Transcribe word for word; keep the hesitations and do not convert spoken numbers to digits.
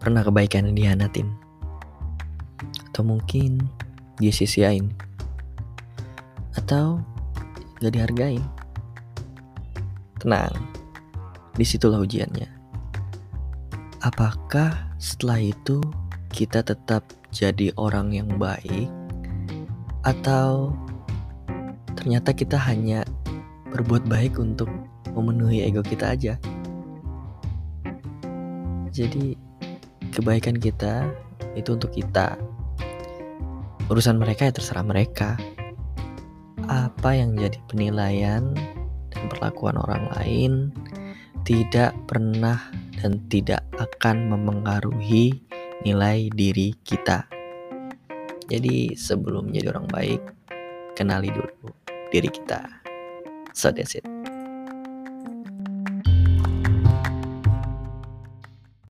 pernah kebaikan yang dihianatin, atau mungkin disia-siain, atau gak dihargain. Tenang, disitulah ujiannya. Apakah setelah itu kita tetap jadi orang yang baik, atau ternyata kita hanya berbuat baik untuk memenuhi ego kita aja? Jadi kebaikan kita itu untuk kita. Urusan mereka ya terserah mereka. Apa yang jadi penilaian dan perlakuan orang lain tidak pernah dan tidak akan memengaruhi nilai diri kita. Jadi sebelum menjadi orang baik, kenali dulu diri kita. So that's it.